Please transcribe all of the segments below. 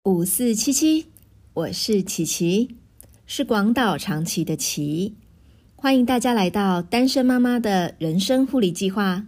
5477，我是琪琪，是广岛长崎的琪，欢迎大家来到单身妈妈的人生护理计划。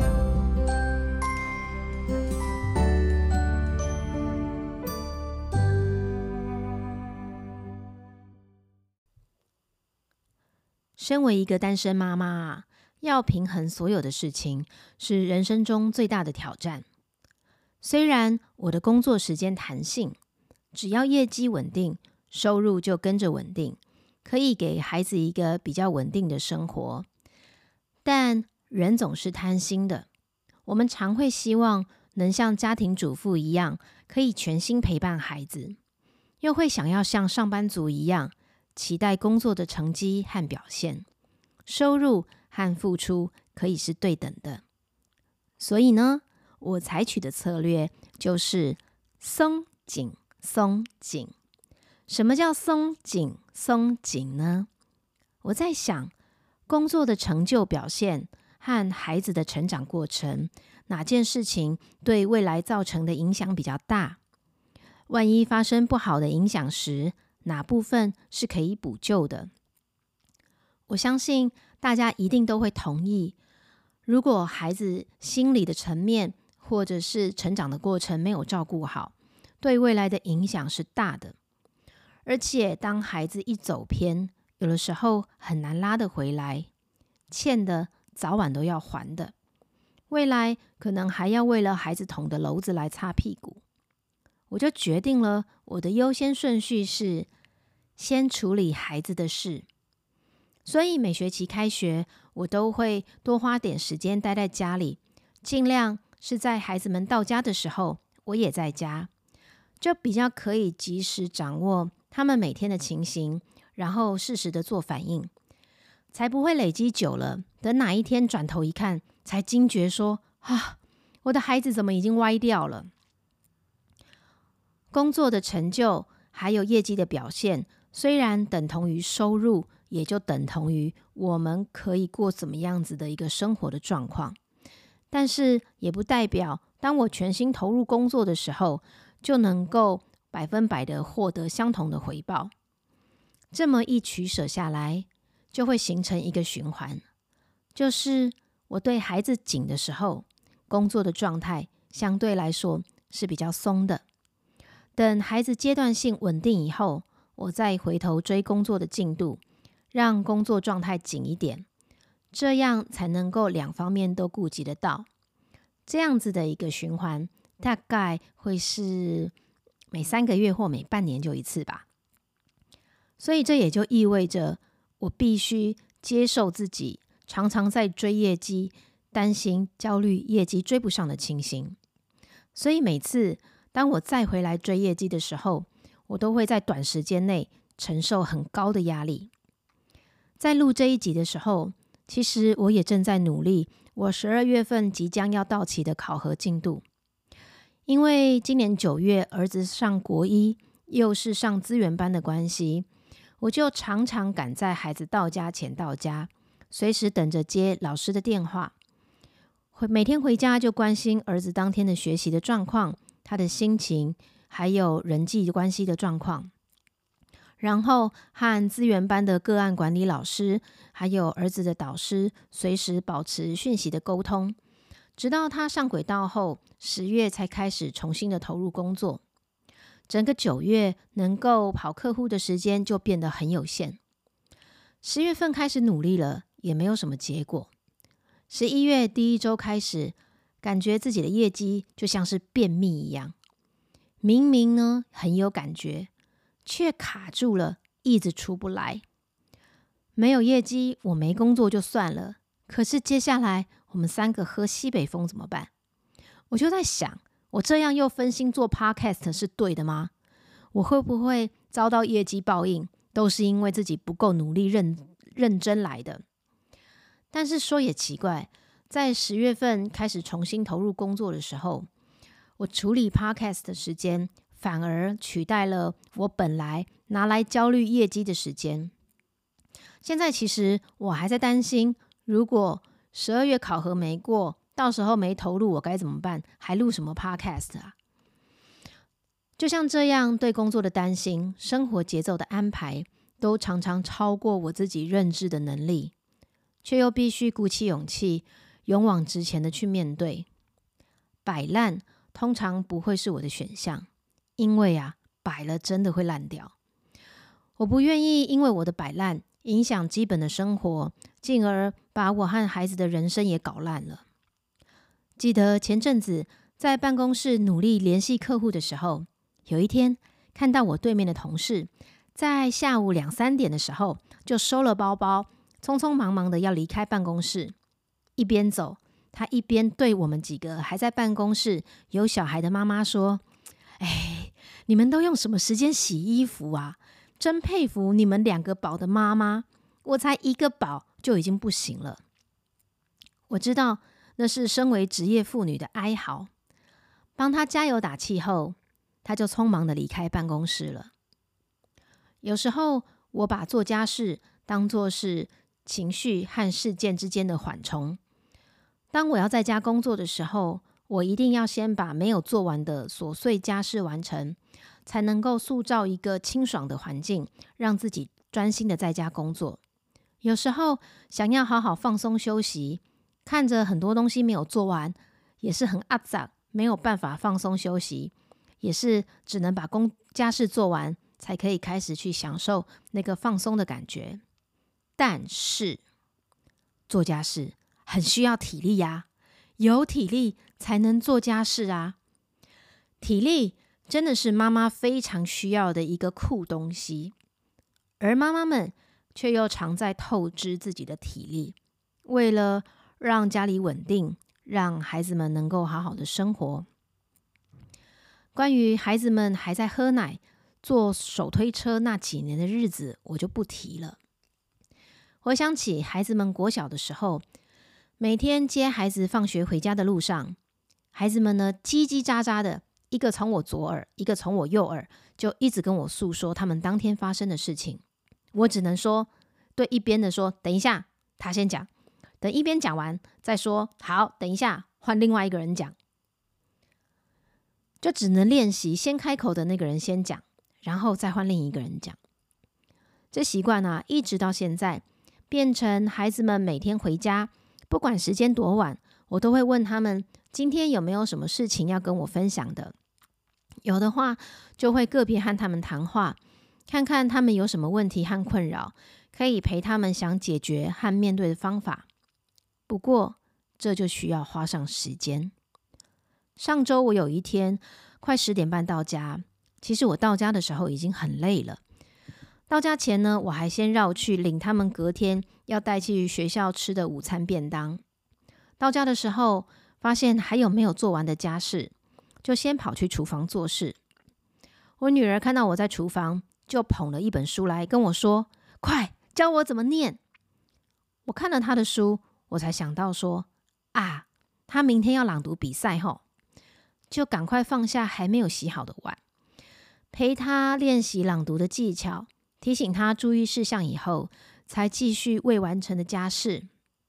身为一个单身妈妈，要平衡所有的事情，是人生中最大的挑战。虽然我的工作时间弹性，只要业绩稳定，收入就跟着稳定，可以给孩子一个比较稳定的生活。但人总是贪心的，我们常会希望能像家庭主妇一样，可以全心陪伴孩子，又会想要像上班族一样，期待工作的成绩和表现，收入和付出可以是对等的。所以呢，我采取的策略就是松紧松紧。什么叫松紧松紧呢？我在想，工作的成就表现和孩子的成长过程，哪件事情对未来造成的影响比较大？万一发生不好的影响时，哪部分是可以补救的？我相信大家一定都会同意，如果孩子心理的层面或者是成长的过程没有照顾好，对未来的影响是大的。而且当孩子一走偏，有的时候很难拉得回来，欠的早晚都要还的，未来可能还要为了孩子捅的篓子来擦屁股。我就决定了，我的优先顺序是先处理孩子的事。所以每学期开学，我都会多花点时间待在家里，尽量是在孩子们到家的时候，我也在家，就比较可以及时掌握他们每天的情形，然后适时的做反应，才不会累积久了，等哪一天转头一看，才惊觉说我的孩子怎么已经歪掉了。工作的成就还有业绩的表现，虽然等同于收入，也就等同于我们可以过怎么样子的一个生活的状况，但是也不代表当我全心投入工作的时候，就能够100%的获得相同的回报。这么一取舍下来，就会形成一个循环，就是我对孩子紧的时候，工作的状态相对来说是比较松的。等孩子阶段性稳定以后，我再回头追工作的进度，让工作状态紧一点，这样才能够两方面都顾及得到。这样子的一个循环，大概会是每3个月或每半年就一次吧。所以这也就意味着，我必须接受自己常常在追业绩，担心、焦虑业绩追不上的情形。所以每次当我再回来追业绩的时候，我都会在短时间内承受很高的压力。在录这一集的时候，其实我也正在努力我12月份即将要到期的考核进度。因为今年9月儿子上国一，又是上资源班的关系，我就常常赶在孩子到家前到家，随时等着接老师的电话。每天回家就关心儿子当天的学习的状况，他的心情，还有人际关系的状况。然后和资源班的个案管理老师，还有儿子的导师，随时保持讯息的沟通。直到他上轨道后，10月才开始重新的投入工作。整个9月能够跑客户的时间就变得很有限。10月份开始努力了，也没有什么结果。11月第1周开始，感觉自己的业绩就像是便秘一样，明明呢很有感觉，却卡住了，一直出不来。没有业绩，我没工作就算了，可是接下来我们3个喝西北风怎么办？我就在想，我这样又分心做 podcast 是对的吗？我会不会遭到业绩报应，都是因为自己不够努力认真来的？但是说也奇怪，在10月份开始重新投入工作的时候，我处理 podcast 的时间反而取代了我本来拿来焦虑业绩的时间。现在其实我还在担心，如果12月考核没过，到时候没投入我该怎么办？还录什么 podcast 啊？ 就像这样，对工作的担心、生活节奏的安排，都常常超过我自己认知的能力，却又必须鼓起勇气，勇往直前的去面对。摆烂通常不会是我的选项，因为摆了真的会烂掉。我不愿意因为我的摆烂影响基本的生活，进而把我和孩子的人生也搞烂了。记得前阵子在办公室努力联系客户的时候，有一天看到我对面的同事在下午2、3点的时候就收了包包，匆匆忙忙的要离开办公室。一边走，他一边对我们几个还在办公室有小孩的妈妈说：你们都用什么时间洗衣服啊？真佩服你们2个宝的妈妈，我才1个宝就已经不行了。我知道那是身为职业妇女的哀嚎。帮她加油打气后，她就匆忙的离开办公室了。有时候我把做家事当作是情绪和事件之间的缓冲。当我要在家工作的时候，我一定要先把没有做完的琐碎家事完成，才能够塑造一个清爽的环境，让自己专心的在家工作。有时候想要好好放松休息，看着很多东西没有做完，也是很阿杂，没有办法放松休息，也是只能把家事做完，才可以开始去享受那个放松的感觉。但是做家事很需要体力呀，有体力才能做家事啊。体力真的是妈妈非常需要的一个酷东西，而妈妈们却又常在透支自己的体力，为了让家里稳定，让孩子们能够好好的生活。关于孩子们还在喝奶、坐手推车那几年的日子，我就不提了。回想起孩子们国小的时候，每天接孩子放学回家的路上，孩子们呢叽叽喳喳的，一个从我左耳，一个从我右耳，就一直跟我诉说他们当天发生的事情。我只能说，对一边的说等一下，他先讲，等一边讲完再说，好，等一下换另外一个人讲。就只能练习先开口的那个人先讲，然后再换另一个人讲。这习惯一直到现在，变成孩子们每天回家，不管时间多晚，我都会问他们今天有没有什么事情要跟我分享的。有的话，就会个别和他们谈话，看看他们有什么问题和困扰，可以陪他们想解决和面对的方法。不过，这就需要花上时间。上周我有一天快10点半到家，其实我到家的时候已经很累了。到家前呢，我还先绕去领他们隔天要带去学校吃的午餐便当。到家的时候，发现还有没有做完的家事，就先跑去厨房做事。我女儿看到我在厨房，就捧了一本书来跟我说：“快，教我怎么念。”我看了她的书，我才想到说：“她明天要朗读比赛吼。”就赶快放下还没有洗好的碗，陪她练习朗读的技巧，提醒她注意事项以后，才继续未完成的家事。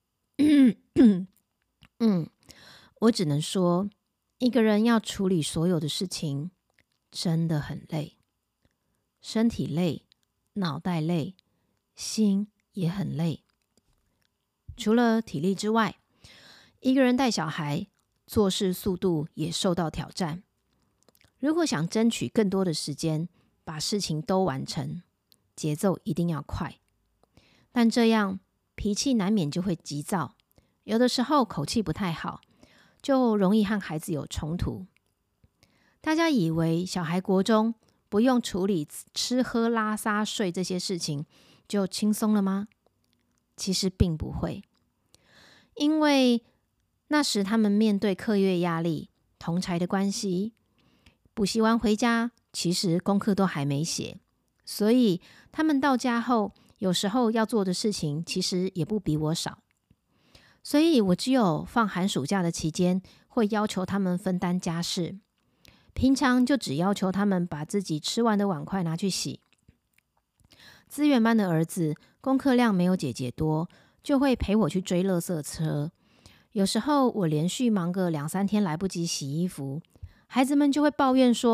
我只能说，一个人要处理所有的事情，真的很累，身体累，脑袋累，心也很累。除了体力之外，一个人带小孩，做事速度也受到挑战。如果想争取更多的时间，把事情都完成，节奏一定要快。但这样脾气难免就会急躁，有的时候口气不太好，就容易和孩子有冲突。大家以为小孩国中不用处理吃喝拉撒睡这些事情就轻松了吗？其实并不会，因为那时他们面对课业压力、同侪的关系，补习完回家，其实功课都还没写，所以他们到家后，有时候要做的事情其实也不比我少。所以我只有放寒暑假的期间，会要求他们分担家事，平常就只要求他们把自己吃完的碗筷拿去洗。资源班的儿子功课量没有姐姐多，就会陪我去追垃圾车。有时候我连续忙个2、3天来不及洗衣服，孩子们就会抱怨说：“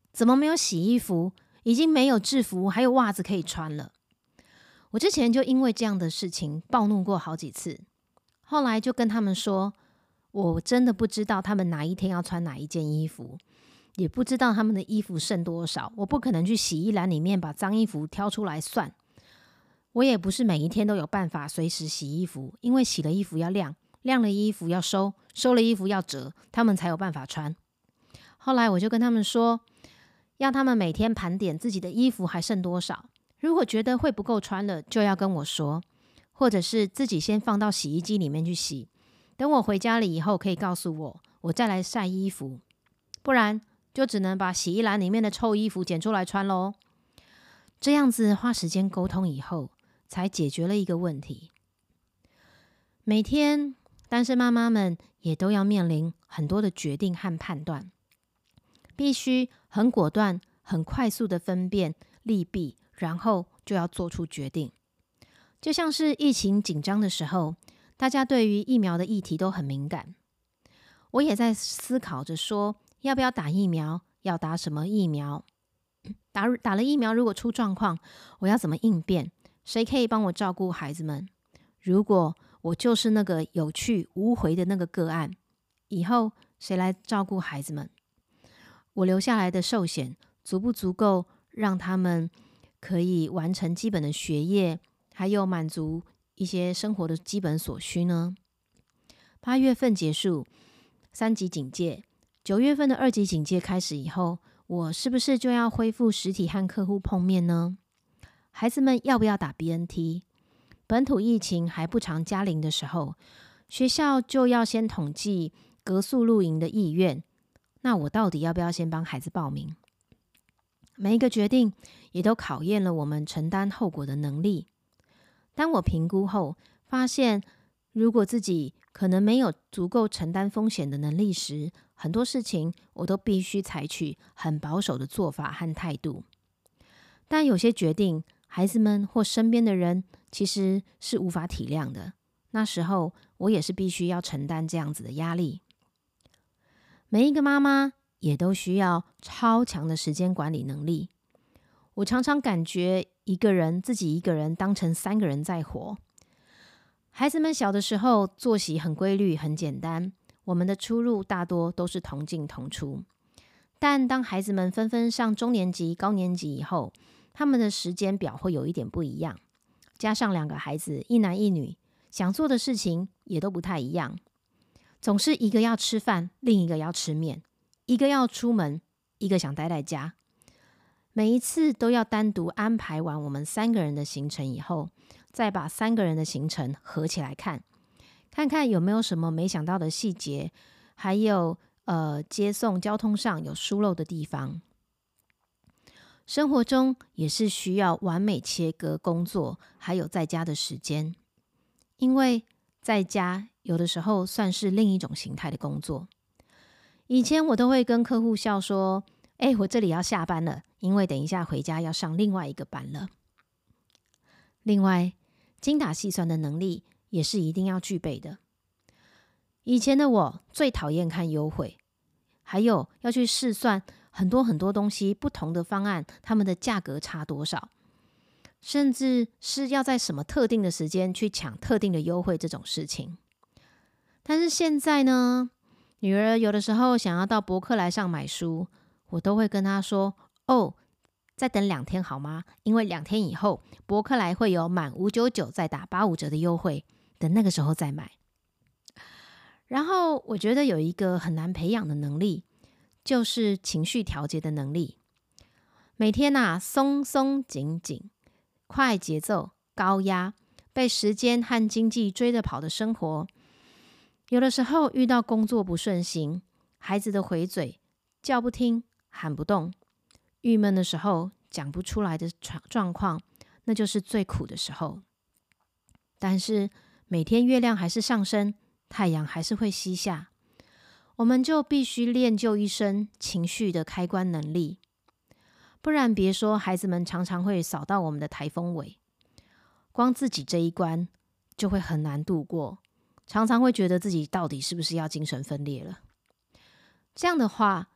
怎么没有洗衣服？已经没有制服还有袜子可以穿了。我之前就因为这样的事情暴怒过好几次，后来就跟他们说，我真的不知道他们哪一天要穿哪一件衣服，也不知道他们的衣服剩多少，我不可能去洗衣篮里面把脏衣服挑出来算。我也不是每一天都有办法随时洗衣服，因为洗了衣服要晾，晾了衣服要收，收了衣服要折，他们才有办法穿。后来我就跟他们说，要他们每天盘点自己的衣服还剩多少，如果觉得会不够穿了，就要跟我说，或者是自己先放到洗衣机里面去洗，等我回家了以后可以告诉我，我再来晒衣服，不然就只能把洗衣篮里面的臭衣服捡出来穿咯。这样子花时间沟通以后，才解决了一个问题。每天单身妈妈们也都要面临很多的决定和判断，必须很果断、很快速的分辨利弊，然后就要做出决定。就像是疫情紧张的时候，大家对于疫苗的议题都很敏感。我也在思考着说，要不要打疫苗，要打什么疫苗，打了疫苗如果出状况，我要怎么应变？谁可以帮我照顾孩子们？如果我就是那个有去无回的那个个案，以后谁来照顾孩子们？我留下来的寿险足不足够让他们可以完成基本的学业，还有满足一些生活的基本所需呢？8月份结束3级警戒，9月份的2级警戒开始以后，我是不是就要恢复实体和客户碰面呢？孩子们要不要打 BNT？ 本土疫情还不常加零的时候，学校就要先统计隔宿露营的意愿，那我到底要不要先帮孩子报名？每一个决定也都考验了我们承担后果的能力。当我评估后，发现如果自己可能没有足够承担风险的能力时，很多事情我都必须采取很保守的做法和态度。但有些决定，孩子们或身边的人其实是无法体谅的，那时候我也是必须要承担这样子的压力。每一个妈妈也都需要超强的时间管理能力。我常常感觉自己一个人当成3个人在活。孩子们小的时候作息很规律很简单，我们的出入大多都是同进同出。但当孩子们纷纷上中年级高年级以后，他们的时间表会有一点不一样，加上2个孩子一男一女，想做的事情也都不太一样，总是一个要吃饭，另一个要吃面，一个要出门，一个想待在家。每一次都要单独安排完我们3个人的行程以后，再把3个人的行程合起来看，看看有没有什么没想到的细节，还有接送交通上有疏漏的地方。生活中也是需要完美切割工作还有在家的时间，因为在家有的时候算是另一种形态的工作。以前我都会跟客户笑说，我这里要下班了，因为等一下回家要上另外一个班了。另外，精打细算的能力也是一定要具备的。以前的我最讨厌看优惠，还有要去试算很多东西，不同的方案，它们的价格差多少，甚至是要在什么特定的时间去抢特定的优惠这种事情。但是现在呢，女儿有的时候想要到博客来上买书，我都会跟她说，再等2天好吗？因为2天以后博客来会有满599再打85折的优惠，等那个时候再买。然后我觉得有一个很难培养的能力，就是情绪调节的能力。每天松松紧紧，快节奏高压，被时间和经济追着跑的生活，有的时候遇到工作不顺心，孩子的回嘴，叫不听喊不动，郁闷的时候讲不出来的状况，那就是最苦的时候。但是每天月亮还是上升，太阳还是会西下，我们就必须练就一身情绪的开关能力，不然别说孩子们常常会扫到我们的台风尾，光自己这一关就会很难度过，常常会觉得自己到底是不是要精神分裂了。这样的话，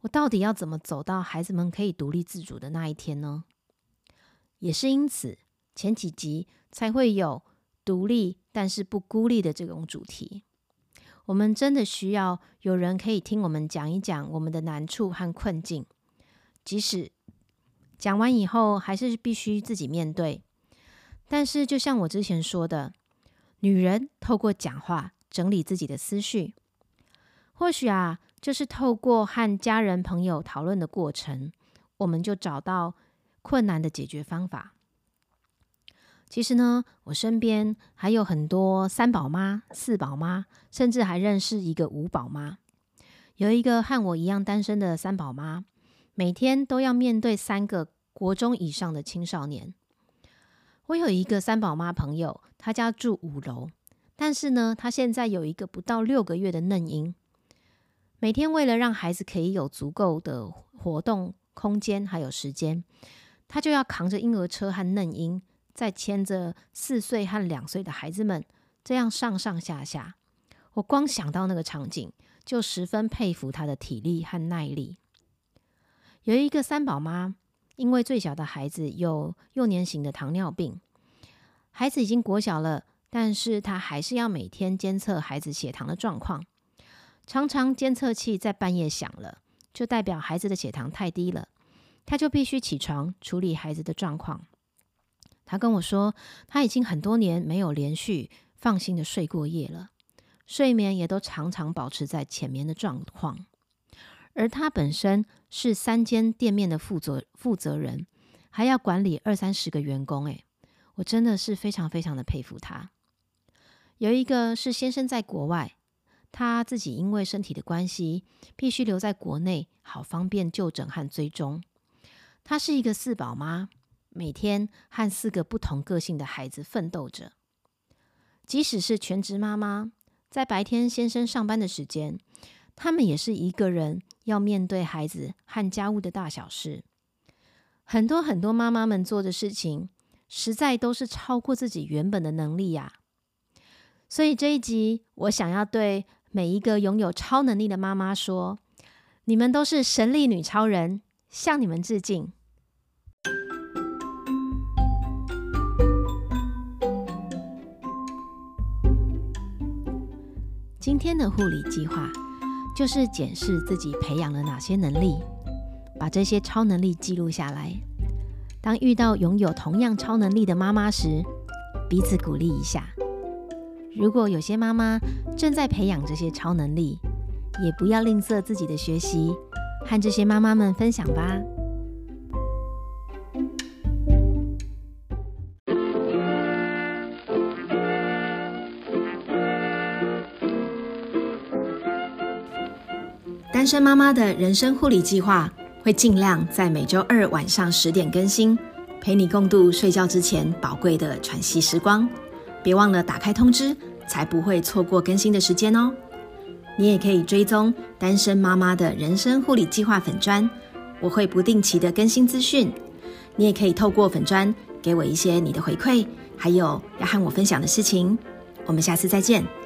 我到底要怎么走到孩子们可以独立自主的那一天呢？也是因此，前几集才会有独立但是不孤立的这种主题。我们真的需要有人可以听我们讲一讲我们的难处和困境，即使讲完以后还是必须自己面对。但是就像我之前说的，女人透过讲话整理自己的思绪，或许就是透过和家人朋友讨论的过程，我们就找到困难的解决方法。其实呢，我身边还有很多3宝妈、4宝妈，甚至还认识一个5宝妈。有一个和我一样单身的3宝妈，每天都要面对3个国中以上的青少年。我有一个3宝妈朋友，她家住5楼，但是呢，她现在有一个不到6个月的嫩婴。每天为了让孩子可以有足够的活动空间还有时间，她就要扛着婴儿车和嫩婴，再牵着4岁和2岁的孩子们，这样上上下下。我光想到那个场景，就十分佩服她的体力和耐力。有一个3宝妈，因为最小的孩子有幼年型的糖尿病，孩子已经国小了，但是她还是要每天监测孩子血糖的状况。常常监测器在半夜响了，就代表孩子的血糖太低了，她就必须起床处理孩子的状况。她跟我说，她已经很多年没有连续放心的睡过夜了，睡眠也都常常保持在浅眠的状况。而她本身是3间店面的负责人，还要管理20-30个员工，我真的是非常非常的佩服她。有一个是先生在国外，他自己因为身体的关系，必须留在国内，好方便就诊和追踪。她是一个4宝妈，每天和4个不同个性的孩子奋斗着。即使是全职妈妈，在白天先生上班的时间，他们也是一个人要面对孩子和家务的大小事。很多妈妈们做的事情，实在都是超过自己原本的能力呀。所以这一集，我想要对每一个拥有超能力的妈妈说，你们都是神力女超人，向你们致敬。今天的护理计划就是检视自己培养了哪些能力，把这些超能力记录下来。当遇到拥有同样超能力的妈妈时，彼此鼓励一下。如果有些妈妈正在培养这些超能力，也不要吝啬自己的学习，和这些妈妈们分享吧。单身妈妈的人生护理计划会尽量在每周2晚上10点更新，陪你共度睡觉之前宝贵的喘息时光。别忘了打开通知，才不会错过更新的时间哦。你也可以追踪单身妈妈的人生护理计划粉专，我会不定期的更新资讯。你也可以透过粉专给我一些你的回馈，还有要和我分享的事情。我们下次再见。